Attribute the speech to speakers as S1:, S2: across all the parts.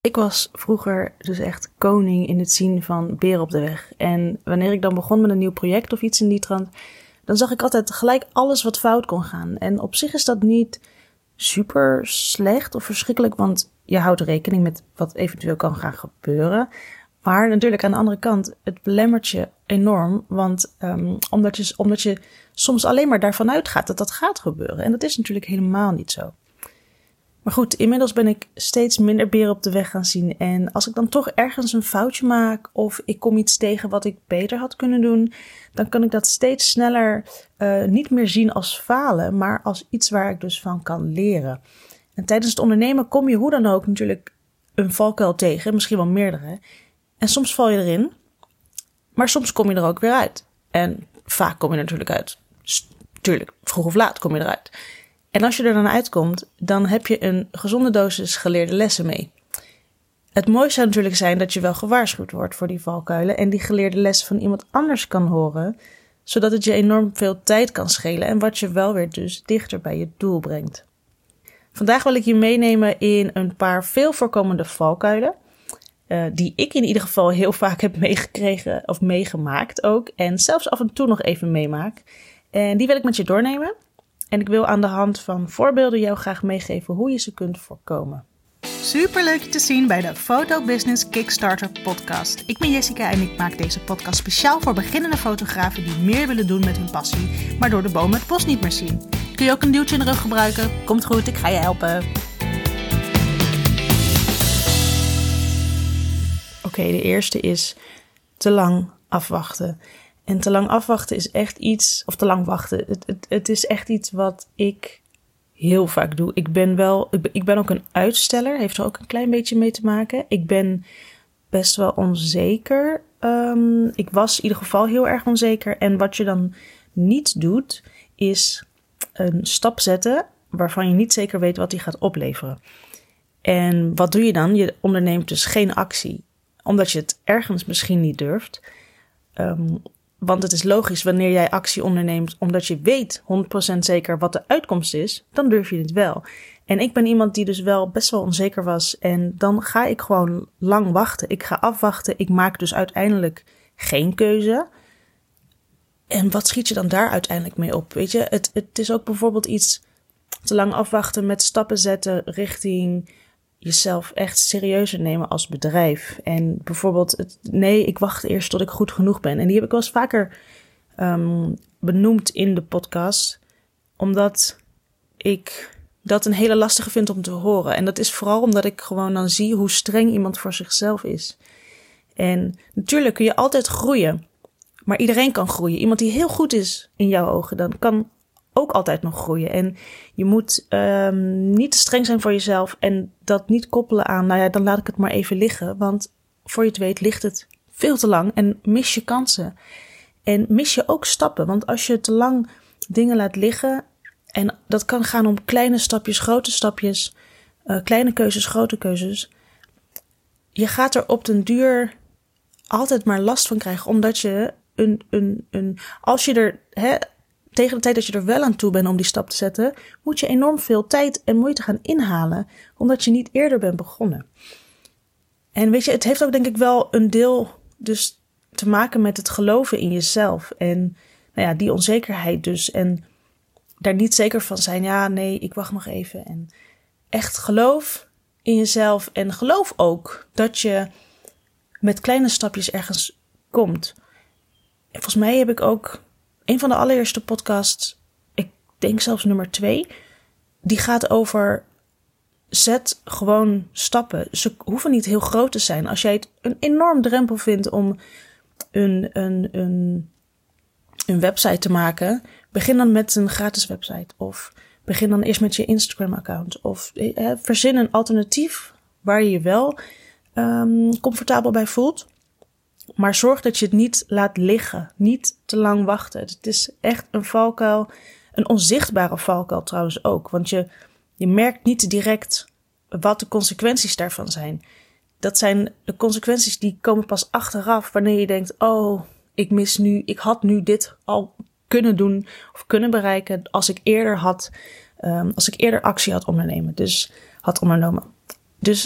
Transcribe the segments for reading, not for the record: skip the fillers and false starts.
S1: Ik was vroeger dus echt koning in het zien van beren op de weg. En wanneer ik dan begon met een nieuw project of iets in die trant, dan zag ik altijd gelijk alles wat fout kon gaan. En op zich is dat niet super slecht of verschrikkelijk, want je houdt rekening met wat eventueel kan gaan gebeuren. Maar natuurlijk aan de andere kant, het belemmert je enorm, want omdat je soms alleen maar daarvan uitgaat dat dat gaat gebeuren. En dat is natuurlijk helemaal niet zo. Maar goed, inmiddels ben ik steeds minder beren op de weg gaan zien. En als ik dan toch ergens een foutje maak of ik kom iets tegen wat ik beter had kunnen doen, dan kan ik dat steeds sneller niet meer zien als falen, maar als iets waar ik dus van kan leren. En tijdens het ondernemen kom je hoe dan ook natuurlijk een valkuil tegen, misschien wel meerdere. En soms val je erin, maar soms kom je er ook weer uit. En vaak kom je er natuurlijk uit. Tuurlijk, vroeg of laat kom je eruit. En als je er dan uitkomt, dan heb je een gezonde dosis geleerde lessen mee. Het mooiste zou natuurlijk zijn dat je wel gewaarschuwd wordt voor die valkuilen en die geleerde lessen van iemand anders kan horen, zodat het je enorm veel tijd kan schelen en wat je wel weer dus dichter bij je doel brengt. Vandaag wil ik je meenemen in een paar veel voorkomende valkuilen, die ik in ieder geval heel vaak heb meegekregen of meegemaakt ook en zelfs af en toe nog even meemaak. En die wil ik met je doornemen. En ik wil aan de hand van voorbeelden jou graag meegeven hoe je ze kunt voorkomen.
S2: Super leuk je te zien bij de Photo Business Kickstarter podcast. Ik ben Jessica en ik maak deze podcast speciaal voor beginnende fotografen die meer willen doen met hun passie, maar door de bomen het bos niet meer zien. Kun je ook een duwtje in de rug gebruiken? Komt goed, ik ga je helpen.
S1: Oké, de eerste is te lang afwachten. En te lang afwachten is echt iets, of te lang wachten, het is echt iets wat ik heel vaak doe. Ik ben ook een uitsteller, heeft er ook een klein beetje mee te maken. Ik ben best wel onzeker. Ik was in ieder geval heel erg onzeker. En wat je dan niet doet, is een stap zetten waarvan je niet zeker weet wat die gaat opleveren. En wat doe je dan? Je onderneemt dus geen actie, omdat je het ergens misschien niet durft. Want het is logisch, wanneer jij actie onderneemt omdat je weet 100% zeker wat de uitkomst is, dan durf je het wel. En ik ben iemand die dus wel best wel onzeker was en dan ga ik gewoon lang wachten. Ik ga afwachten, ik maak dus uiteindelijk geen keuze. En wat schiet je dan daar uiteindelijk mee op? Weet je, het is ook bijvoorbeeld iets te lang afwachten met stappen zetten richting jezelf echt serieuzer nemen als bedrijf. En bijvoorbeeld, ik wacht eerst tot ik goed genoeg ben. En die heb ik wel eens vaker benoemd in de podcast, omdat ik dat een hele lastige vind om te horen. En dat is vooral omdat ik gewoon dan zie hoe streng iemand voor zichzelf is. En natuurlijk kun je altijd groeien, maar iedereen kan groeien. Iemand die heel goed is in jouw ogen, dan kan ook altijd nog groeien. En je moet niet te streng zijn voor jezelf en dat niet koppelen aan, dan laat ik het maar even liggen. Want voor je het weet ligt het veel te lang en mis je kansen. En mis je ook stappen. Want als je te lang dingen laat liggen, en dat kan gaan om kleine stapjes, grote stapjes, kleine keuzes, grote keuzes. Je gaat er op den duur altijd maar last van krijgen, omdat je als je er, tegen de tijd dat je er wel aan toe bent om die stap te zetten, moet je enorm veel tijd en moeite gaan inhalen, omdat je niet eerder bent begonnen. En weet je, het heeft ook denk ik wel een deel dus te maken met het geloven in jezelf. En die onzekerheid dus. En daar niet zeker van zijn, ik wacht nog even. En echt geloof in jezelf en geloof ook dat je met kleine stapjes ergens komt. En volgens mij heb ik ook een van de allereerste podcasts, ik denk zelfs nummer 2, die gaat over zet gewoon stappen. Ze hoeven niet heel groot te zijn. Als jij het een enorm drempel vindt om een website te maken, begin dan met een gratis website. Of begin dan eerst met je Instagram-account. Of verzin een alternatief waar je je wel comfortabel bij voelt. Maar zorg dat je het niet laat liggen. Niet te lang wachten. Het is echt een valkuil. Een onzichtbare valkuil trouwens ook. Want je merkt niet direct wat de consequenties daarvan zijn. Dat zijn de consequenties die komen pas achteraf. Wanneer je denkt, ik had nu dit al kunnen doen of kunnen bereiken als ik eerder actie had ondernomen. Dus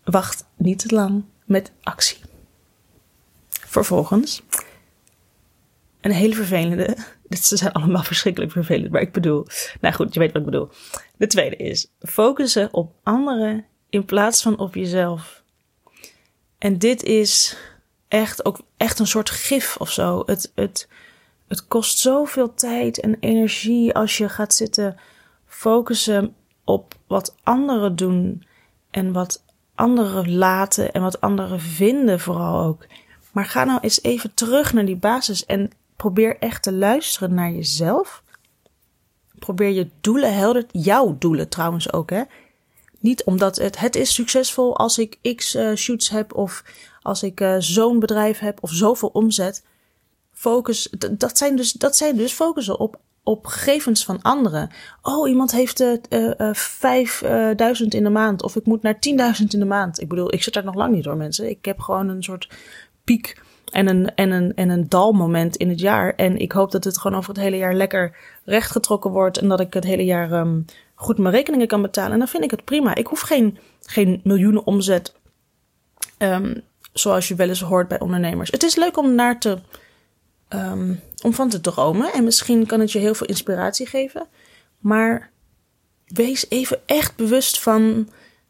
S1: wacht niet te lang met actie. Vervolgens, een hele vervelende. Dit zijn allemaal verschrikkelijk vervelend, maar ik bedoel... Nou goed, je weet wat ik bedoel. De tweede is focussen op anderen in plaats van op jezelf. En dit is echt een soort gif of zo. Het kost zoveel tijd en energie als je gaat zitten focussen op wat anderen doen en wat anderen laten en wat anderen vinden vooral ook. Maar ga nou eens even terug naar die basis en probeer echt te luisteren naar jezelf. Probeer je doelen helder, jouw doelen trouwens ook, hè. Niet omdat het is succesvol als ik x shoots heb of als ik zo'n bedrijf heb of zoveel omzet. Focus, dat zijn dus focussen op gegevens van anderen. Oh, iemand heeft 5.000 in de maand of ik moet naar 10.000 in de maand. Ik bedoel, ik zit daar nog lang niet door, mensen. Ik heb gewoon een soort piek en een dalmoment in het jaar. En ik hoop dat het gewoon over het hele jaar lekker rechtgetrokken wordt en dat ik het hele jaar goed mijn rekeningen kan betalen. En dan vind ik het prima. Ik hoef geen miljoenen omzet, zoals je wel eens hoort bij ondernemers. Het is leuk om om van te dromen. En misschien kan het je heel veel inspiratie geven. Maar wees even echt bewust van...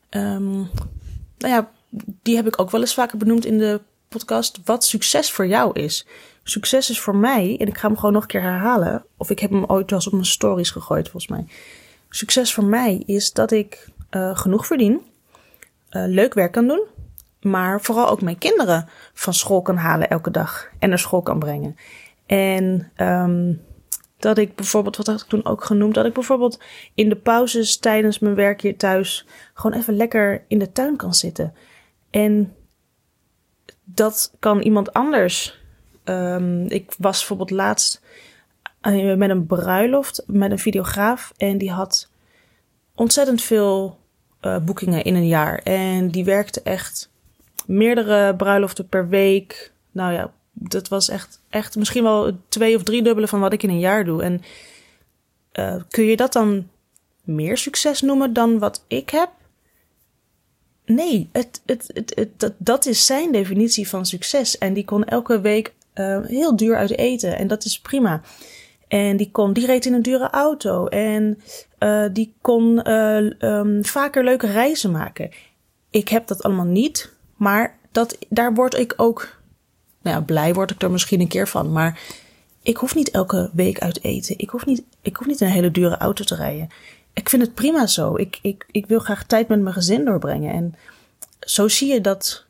S1: die heb ik ook wel eens vaker benoemd in de podcast. Wat succes voor jou is. Succes is voor mij, en ik ga hem gewoon nog een keer herhalen. Of ik heb hem ooit wel eens op mijn stories gegooid, volgens mij. Succes voor mij is dat ik genoeg verdien. Leuk werk kan doen. Maar vooral ook mijn kinderen van school kan halen elke dag. En naar school kan brengen. En dat ik bijvoorbeeld, wat had ik toen ook genoemd? Dat ik bijvoorbeeld in de pauzes tijdens mijn werk hier thuis gewoon even lekker in de tuin kan zitten. En dat kan iemand anders. Ik was bijvoorbeeld laatst met een bruiloft met een videograaf. En die had ontzettend veel boekingen in een jaar. En die werkte echt meerdere bruiloften per week. Nou ja, dat was echt misschien wel 2 of 3 dubbele van wat ik in een jaar doe. En kun je dat dan meer succes noemen dan wat ik heb? Nee, dat is zijn definitie van succes. En die kon elke week heel duur uit eten. En dat is prima. En die reed in een dure auto. En die kon vaker leuke reizen maken. Ik heb dat allemaal niet. Maar daar word ik ook... Nou ja, blij word ik er misschien een keer van. Maar ik hoef niet elke week uit eten. Ik hoef niet in een hele dure auto te rijden. Ik vind het prima zo. Ik wil graag tijd met mijn gezin doorbrengen. En zo zie je dat...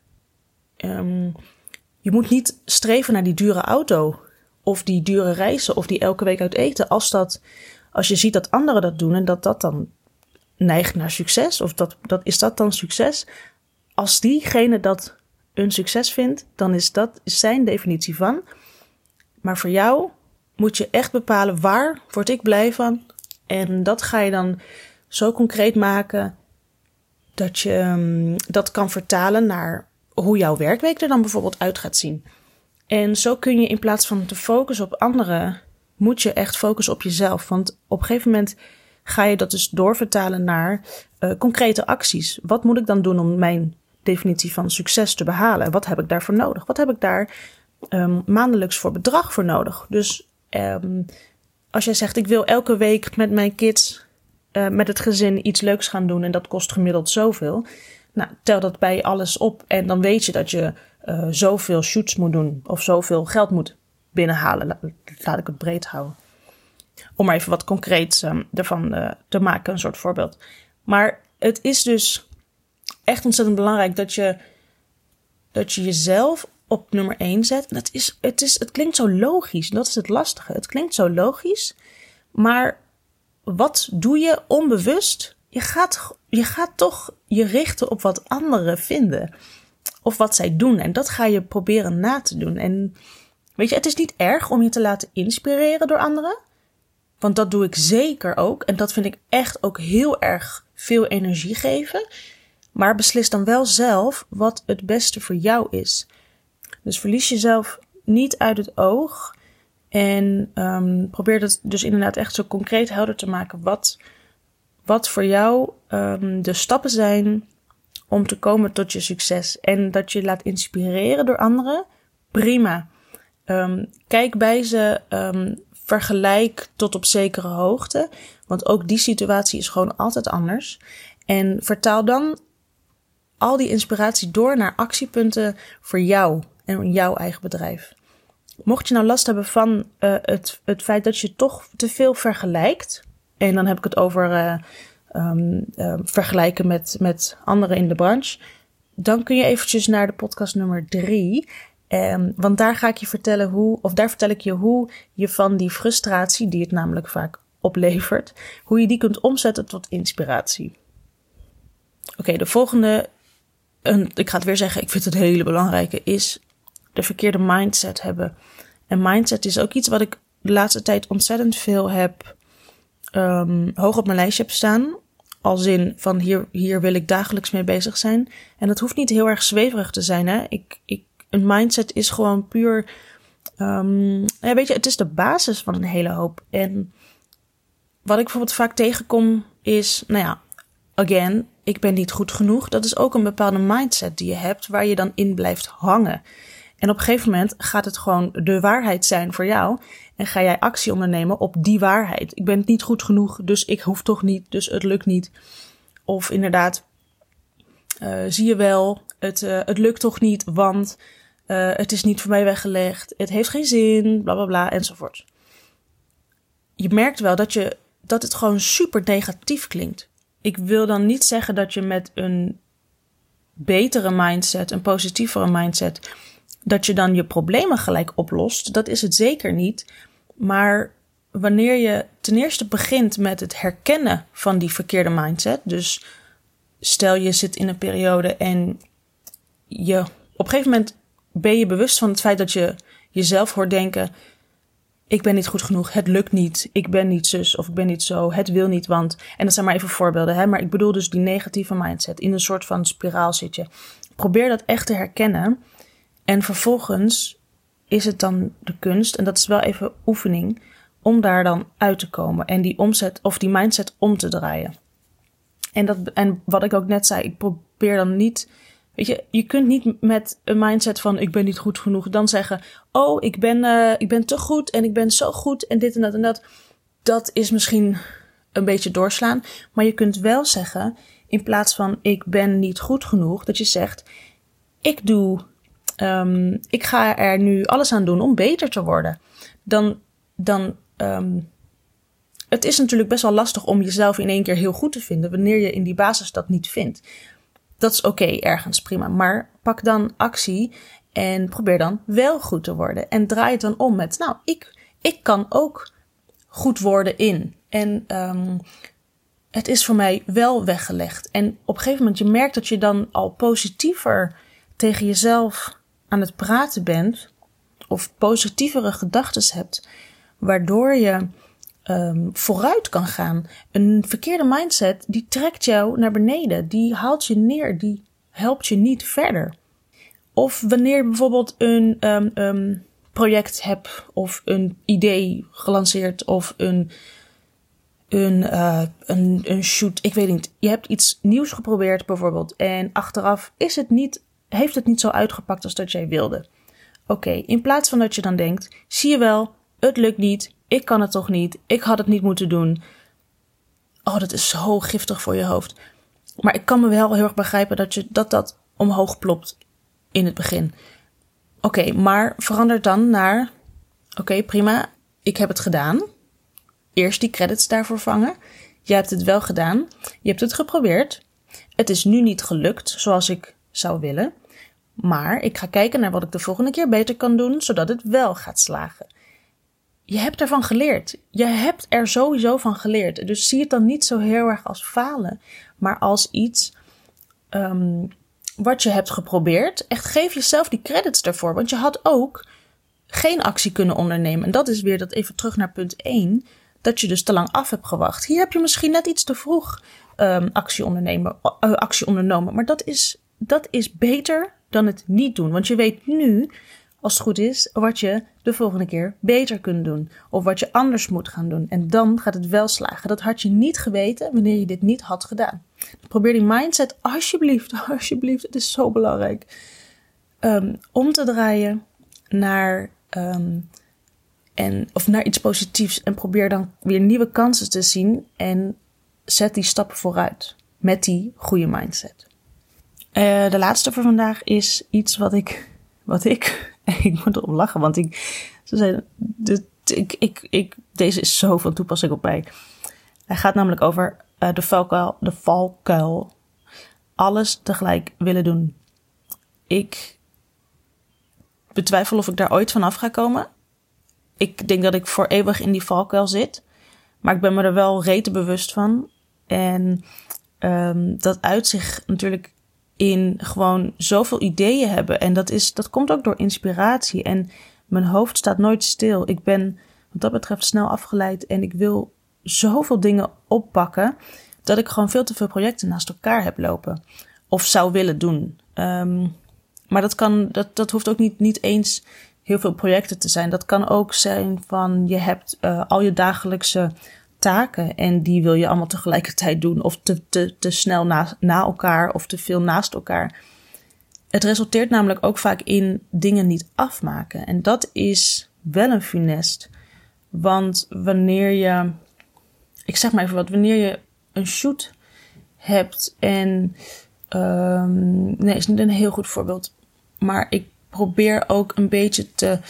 S1: je moet niet streven naar die dure auto. Of die dure reizen. Of die elke week uit eten. Als je ziet dat anderen dat doen. En dat dan neigt naar succes. Of is dat dan succes? Als diegene dat een succes vindt, dan is dat zijn definitie van. Maar voor jou moet je echt bepalen, waar word ik blij van? En dat ga je dan zo concreet maken dat je dat kan vertalen naar hoe jouw werkweek er dan bijvoorbeeld uit gaat zien. En zo kun je in plaats van te focussen op anderen, moet je echt focussen op jezelf. Want op een gegeven moment ga je dat dus doorvertalen naar concrete acties. Wat moet ik dan doen om mijn definitie van succes te behalen? Wat heb ik daarvoor nodig? Wat heb ik daar maandelijks voor bedrag voor nodig? Dus als jij zegt, ik wil elke week met mijn kids, met het gezin iets leuks gaan doen en dat kost gemiddeld zoveel. Nou, tel dat bij alles op en dan weet je dat je zoveel shoots moet doen of zoveel geld moet binnenhalen. Laat ik het breed houden. Om maar even wat concreets ervan te maken, een soort voorbeeld. Maar het is dus echt ontzettend belangrijk dat je jezelf op nummer 1 zet. En het klinkt zo logisch, dat is het lastige. Het klinkt zo logisch, maar wat doe je onbewust? Je gaat toch je richten op wat anderen vinden. Of wat zij doen. En dat ga je proberen na te doen. En weet je, het is niet erg om je te laten inspireren door anderen. Want dat doe ik zeker ook. En dat vind ik echt ook heel erg veel energie geven. Maar beslis dan wel zelf wat het beste voor jou is. Dus verlies jezelf niet uit het oog. En probeer dat dus inderdaad echt zo concreet helder te maken. Wat voor jou de stappen zijn om te komen tot je succes. En dat je laat inspireren door anderen, prima. Kijk bij ze, vergelijk tot op zekere hoogte. Want ook die situatie is gewoon altijd anders. En vertaal dan al die inspiratie door naar actiepunten voor jou en jouw eigen bedrijf. Mocht je nou last hebben van het feit dat je toch te veel vergelijkt. En dan heb ik het over vergelijken met anderen in de branche. Dan kun je eventjes naar de podcast nummer 3. Want daar ga ik je vertellen daar vertel ik je hoe je van die frustratie, die het namelijk vaak oplevert, hoe je die kunt omzetten tot inspiratie. Oké, de volgende, ik ga het weer zeggen, ik vind het een hele belangrijke, is de verkeerde mindset hebben. En mindset is ook iets wat ik de laatste tijd ontzettend veel heb hoog op mijn lijstje heb staan. Als in van hier wil ik dagelijks mee bezig zijn. En dat hoeft niet heel erg zweverig te zijn. Hè? Een mindset is gewoon puur, weet je, het is de basis van een hele hoop. En wat ik bijvoorbeeld vaak tegenkom is, again, ik ben niet goed genoeg. Dat is ook een bepaalde mindset die je hebt, waar je dan in blijft hangen. En op een gegeven moment gaat het gewoon de waarheid zijn voor jou. En ga jij actie ondernemen op die waarheid. Ik ben niet goed genoeg, dus ik hoef toch niet, dus het lukt niet. Of inderdaad, zie je wel, het lukt toch niet, want het is niet voor mij weggelegd. Het heeft geen zin, bla bla bla, enzovoort. Je merkt wel dat het gewoon super negatief klinkt. Ik wil dan niet zeggen dat je met een betere mindset, een positievere mindset, dat je dan je problemen gelijk oplost. Dat is het zeker niet. Maar wanneer je ten eerste begint met het herkennen van die verkeerde mindset. Dus stel je zit in een periode en op een gegeven moment ben je bewust van het feit dat je jezelf hoort denken, ik ben niet goed genoeg, het lukt niet, ik ben niet zus of ik ben niet zo, het wil niet, want. En dat zijn maar even voorbeelden, hè? Maar ik bedoel dus die negatieve mindset. In een soort van spiraal zit je. Probeer dat echt te herkennen. En vervolgens is het dan de kunst, en dat is wel even oefening, om daar dan uit te komen en die omzet of die mindset om te draaien. En wat ik ook net zei, ik probeer dan niet, weet je kunt niet met een mindset van ik ben niet goed genoeg dan zeggen, oh, ik ben te goed en ik ben zo goed en dit en dat en dat. Dat is misschien een beetje doorslaan, maar je kunt wel zeggen, in plaats van ik ben niet goed genoeg, dat je zegt, ik ga er nu alles aan doen om beter te worden. Het is natuurlijk best wel lastig om jezelf in één keer heel goed te vinden, wanneer je in die basis dat niet vindt. Dat is oké, ergens prima. Maar pak dan actie en probeer dan wel goed te worden. En draai het dan om met, ik kan ook goed worden in. En het is voor mij wel weggelegd. En op een gegeven moment, je merkt dat je dan al positiever tegen jezelf aan het praten bent, of positievere gedachten hebt, waardoor je vooruit kan gaan. Een verkeerde mindset, die trekt jou naar beneden, die haalt je neer, die helpt je niet verder. Of wanneer je bijvoorbeeld een project hebt, of een idee gelanceerd, of een shoot, ik weet niet. Je hebt iets nieuws geprobeerd bijvoorbeeld, en achteraf heeft het niet zo uitgepakt als dat jij wilde. Oké, in plaats van dat je dan denkt, zie je wel, het lukt niet, ik kan het toch niet, ik had het niet moeten doen. Oh, dat is zo giftig voor je hoofd. Maar ik kan me wel heel erg begrijpen dat omhoog plopt in het begin. Oké, maar verander dan naar, oké, prima, ik heb het gedaan. Eerst die credits daarvoor vangen. Je hebt het wel gedaan, je hebt het geprobeerd. Het is nu niet gelukt zoals ik zou willen. Maar ik ga kijken naar wat ik de volgende keer beter kan doen, zodat het wel gaat slagen. Je hebt ervan geleerd. Je hebt er sowieso van geleerd. Dus zie het dan niet zo heel erg als falen, maar als iets wat je hebt geprobeerd. Echt geef jezelf die credits daarvoor, want je had ook geen actie kunnen ondernemen. En dat is weer dat even terug naar punt 1, dat je dus te lang af hebt gewacht. Hier heb je misschien net iets te vroeg actie ondernomen. Maar dat is beter dan het niet doen. Want je weet nu, als het goed is, wat je de volgende keer beter kunt doen. Of wat je anders moet gaan doen. En dan gaat het wel slagen. Dat had je niet geweten wanneer je dit niet had gedaan. Probeer die mindset alsjeblieft, het is zo belangrijk, om te draaien naar naar iets positiefs. En probeer dan weer nieuwe kansen te zien en zet die stappen vooruit met die goede mindset. De laatste voor vandaag is iets wat ik ik moet erop lachen, want deze is zo van toepassing op mij. Hij gaat namelijk over de valkuil. Alles tegelijk willen doen. Ik betwijfel of ik daar ooit vanaf ga komen. Ik denk dat ik voor eeuwig in die valkuil zit. Maar ik ben me er wel rete bewust van. En dat uit zich natuurlijk in gewoon zoveel ideeën hebben. En dat komt ook door inspiratie. En mijn hoofd staat nooit stil. Ik ben wat dat betreft snel afgeleid. En ik wil zoveel dingen oppakken dat ik gewoon veel te veel projecten naast elkaar heb lopen. Of zou willen doen. Maar dat hoeft ook niet eens heel veel projecten te zijn. Dat kan ook zijn van je hebt al je dagelijkse taken en die wil je allemaal tegelijkertijd doen. Of te snel na elkaar of te veel naast elkaar. Het resulteert namelijk ook vaak in dingen niet afmaken. En dat is wel een funest. Want wanneer je een shoot hebt en is niet een heel goed voorbeeld, maar ik probeer ook een beetje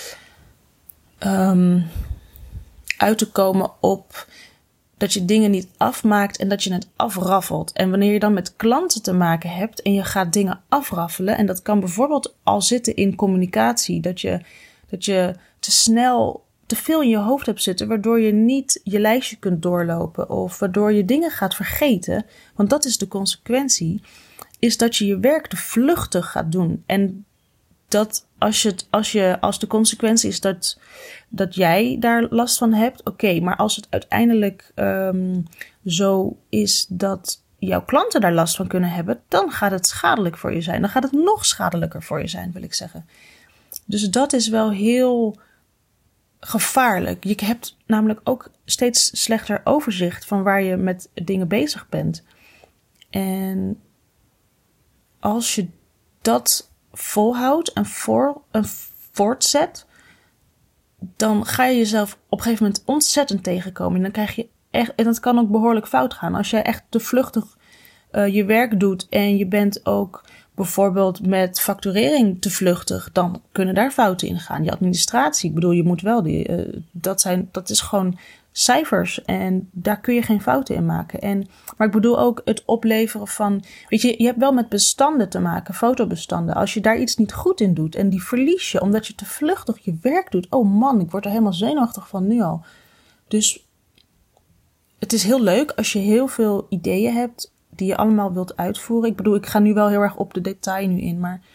S1: uit te komen op dat je dingen niet afmaakt en dat je het afraffelt. En wanneer je dan met klanten te maken hebt en je gaat dingen afraffelen, en dat kan bijvoorbeeld al zitten in communicatie, dat je te veel in je hoofd hebt zitten, waardoor je niet je lijstje kunt doorlopen of waardoor je dingen gaat vergeten, want dat is de consequentie, is dat je je werk te vluchtig gaat doen. En dat als de consequentie is dat jij daar last van hebt, oké, maar als het uiteindelijk zo is dat jouw klanten daar last van kunnen hebben, dan gaat het schadelijk voor je zijn. Dan gaat het nog schadelijker voor je zijn, wil ik zeggen. Dus dat is wel heel gevaarlijk. Je hebt namelijk ook steeds slechter overzicht van waar je met dingen bezig bent. En als je dat volhoudt en voortzet, dan ga je jezelf op een gegeven moment ontzettend tegenkomen. En dan krijg je echt, en dat kan ook behoorlijk fout gaan. Als jij echt te vluchtig je werk doet en je bent ook bijvoorbeeld met facturering te vluchtig, dan kunnen daar fouten in gaan. Je administratie, ik bedoel, je moet wel dat is gewoon cijfers en daar kun je geen fouten in maken. Maar ik bedoel ook het opleveren van, weet je hebt wel met bestanden te maken, fotobestanden. Als je daar iets niet goed in doet en die verlies je omdat je te vluchtig je werk doet. Oh man, ik word er helemaal zenuwachtig van nu al. Dus het is heel leuk als je heel veel ideeën hebt die je allemaal wilt uitvoeren. Ik bedoel, ik ga nu wel heel erg op de detail nu in, maar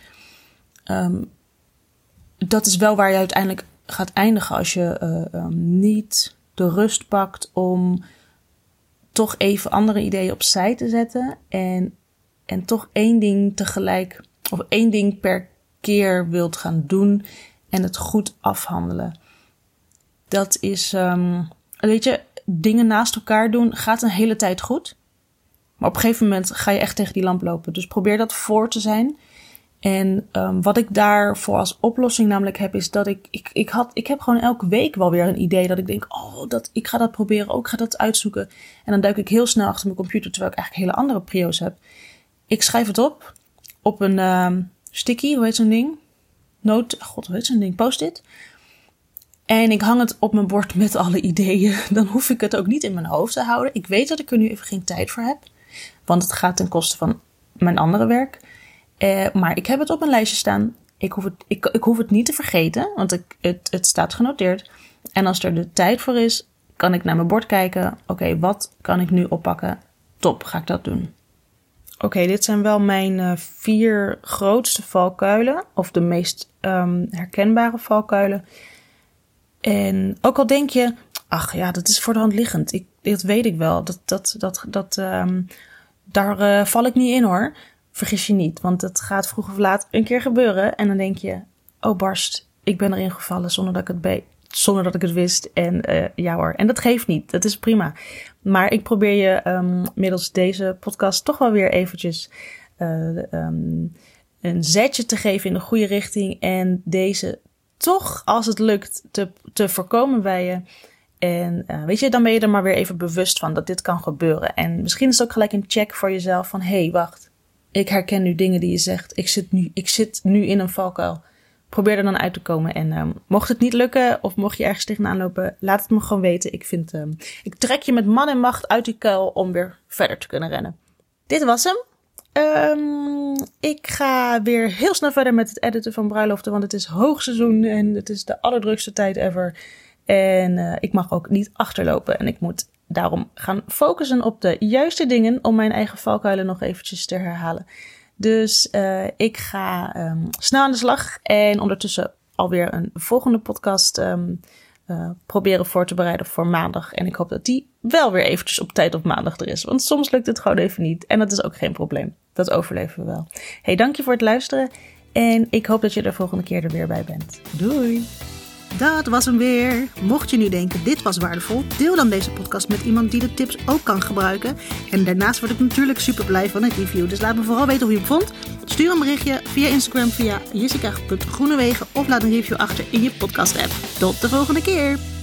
S1: dat is wel waar je uiteindelijk gaat eindigen als je niet de rust pakt om toch even andere ideeën opzij te zetten en toch één ding tegelijk of één ding per keer wilt gaan doen en het goed afhandelen. Dat is, weet je, dingen naast elkaar doen gaat een hele tijd goed. Maar op een gegeven moment ga je echt tegen die lamp lopen. Dus probeer dat voor te zijn. En wat ik daarvoor als oplossing namelijk heb, is dat ik heb gewoon elke week wel weer een idee dat ik denk, ik ga dat proberen, ik ga dat uitzoeken. En dan duik ik heel snel achter mijn computer, terwijl ik eigenlijk hele andere prio's heb. Ik schrijf het op een sticky, hoe heet zo'n ding? Hoe heet zo'n ding? Post-it. En ik hang het op mijn bord met alle ideeën. Dan hoef ik het ook niet in mijn hoofd te houden. Ik weet dat ik er nu even geen tijd voor heb. Want het gaat ten koste van mijn andere werk. Maar ik heb het op een lijstje staan. Ik hoef het niet te vergeten. Want het staat genoteerd. En als er de tijd voor is, kan ik naar mijn bord kijken. Oké, wat kan ik nu oppakken? Top, ga ik dat doen. Oké, dit zijn wel mijn 4 grootste valkuilen. Of de meest herkenbare valkuilen. En ook al denk je, ach ja, dat is voor de hand liggend. Dat weet ik wel. Daar val ik niet in hoor. Vergis je niet, want het gaat vroeg of laat een keer gebeuren. En dan denk je, oh barst, ik ben erin gevallen zonder dat ik het zonder dat ik het wist. En ja hoor, en dat geeft niet. Dat is prima. Maar ik probeer je middels deze podcast toch wel weer eventjes een zetje te geven in de goede richting. En deze toch, als het lukt, te voorkomen bij je. En weet je, dan ben je er maar weer even bewust van dat dit kan gebeuren. En misschien is het ook gelijk een check voor jezelf van... Hé, wacht, ik herken nu dingen die je zegt. Ik zit nu in een valkuil. Probeer er dan uit te komen. En mocht het niet lukken of mocht je ergens tegenaan lopen... laat het me gewoon weten. Ik trek je met man en macht uit die kuil om weer verder te kunnen rennen. Dit was hem. Ik ga weer heel snel verder met het editen van bruiloften. Want het is hoogseizoen en het is de allerdrukste tijd ever... En ik mag ook niet achterlopen. En ik moet daarom gaan focussen op de juiste dingen... om mijn eigen valkuilen nog eventjes te herhalen. Dus ik ga snel aan de slag. En ondertussen alweer een volgende podcast proberen voor te bereiden voor maandag. En ik hoop dat die wel weer eventjes op tijd op maandag er is. Want soms lukt het gewoon even niet. En dat is ook geen probleem. Dat overleven we wel. Hey, dank je voor het luisteren. En ik hoop dat je de volgende keer er weer bij bent. Doei!
S2: Dat was hem weer. Mocht je nu denken, dit was waardevol, deel dan deze podcast met iemand die de tips ook kan gebruiken. En daarnaast word ik natuurlijk super blij van een review. Dus laat me vooral weten hoe je hem vond. Stuur een berichtje via Instagram via jessica.groenewegen of laat een review achter in je podcast app. Tot de volgende keer.